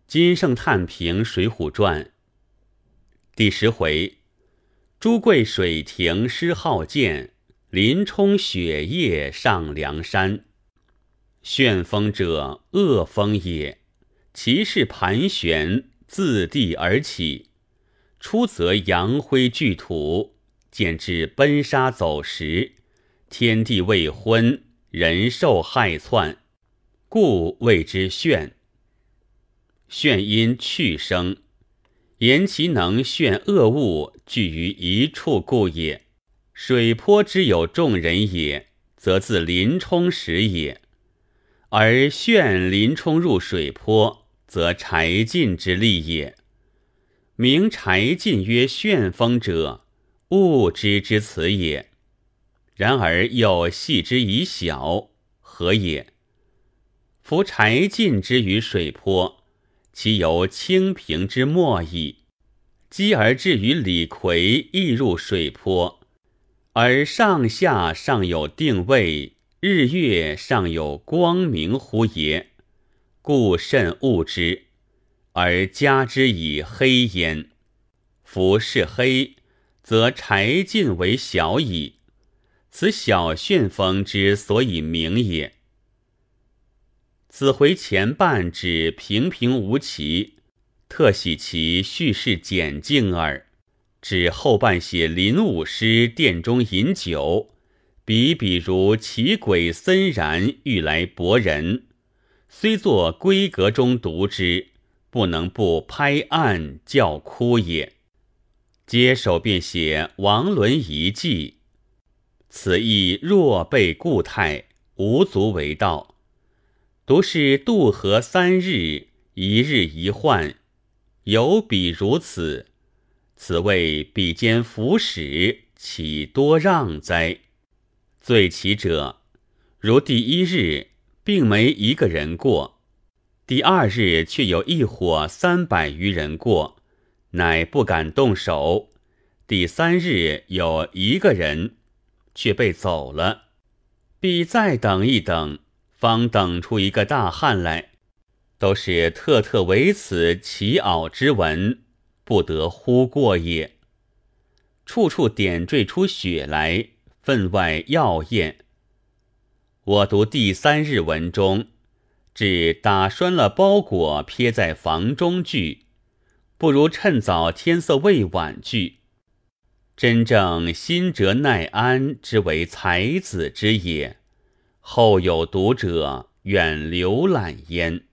金圣叹评《水浒传》第10回，朱贵水亭失号剑，林冲雪夜上梁山。旋风者，恶风也，其势盘旋，自地而起。初则扬灰聚土，渐至奔沙走石，天地未昏，人兽害窜，故谓之旋。旋因去声，言其能旋恶物聚于一处故也。水泊之有众人也，则自林冲始也。而旋林冲入水泊，则柴进之利也。名柴进曰旋风者，物之之辞也。然而又戏之以小，何也？夫柴进之于水泊，其由清平之末矣。积而至于李逵亦入水泊，而上下尚有定位，日月尚有光明乎也？故甚恶之，而加之以黑焉。夫是黑，则柴进为小矣。此小旋风之所以明也。此回前半指平平无奇，特喜其叙事简净耳。指后半写林武师殿中饮酒，比如奇鬼森然欲来博人，虽作闺阁中读之，不能不拍案叫哭也。接手便写王伦遗迹，此亦若被固态，无足为道。独是渡河3日，一日一换，有比如此，此谓比肩服使，岂多让哉？最奇者，如第1日并没一个人过，第2日却有一伙300余人过，乃不敢动手。第3日有1个人，却被走了，必再等一等，方等出一个大汉来，都是特特为此奇袄之文，不得忽过也。处处点缀出血来，分外耀艳。我读第3日文中，只打栓了包裹撇在房中句，不如趁早天色未晚句。真正心折耐安之为才子之也，后有读者愿浏览焉。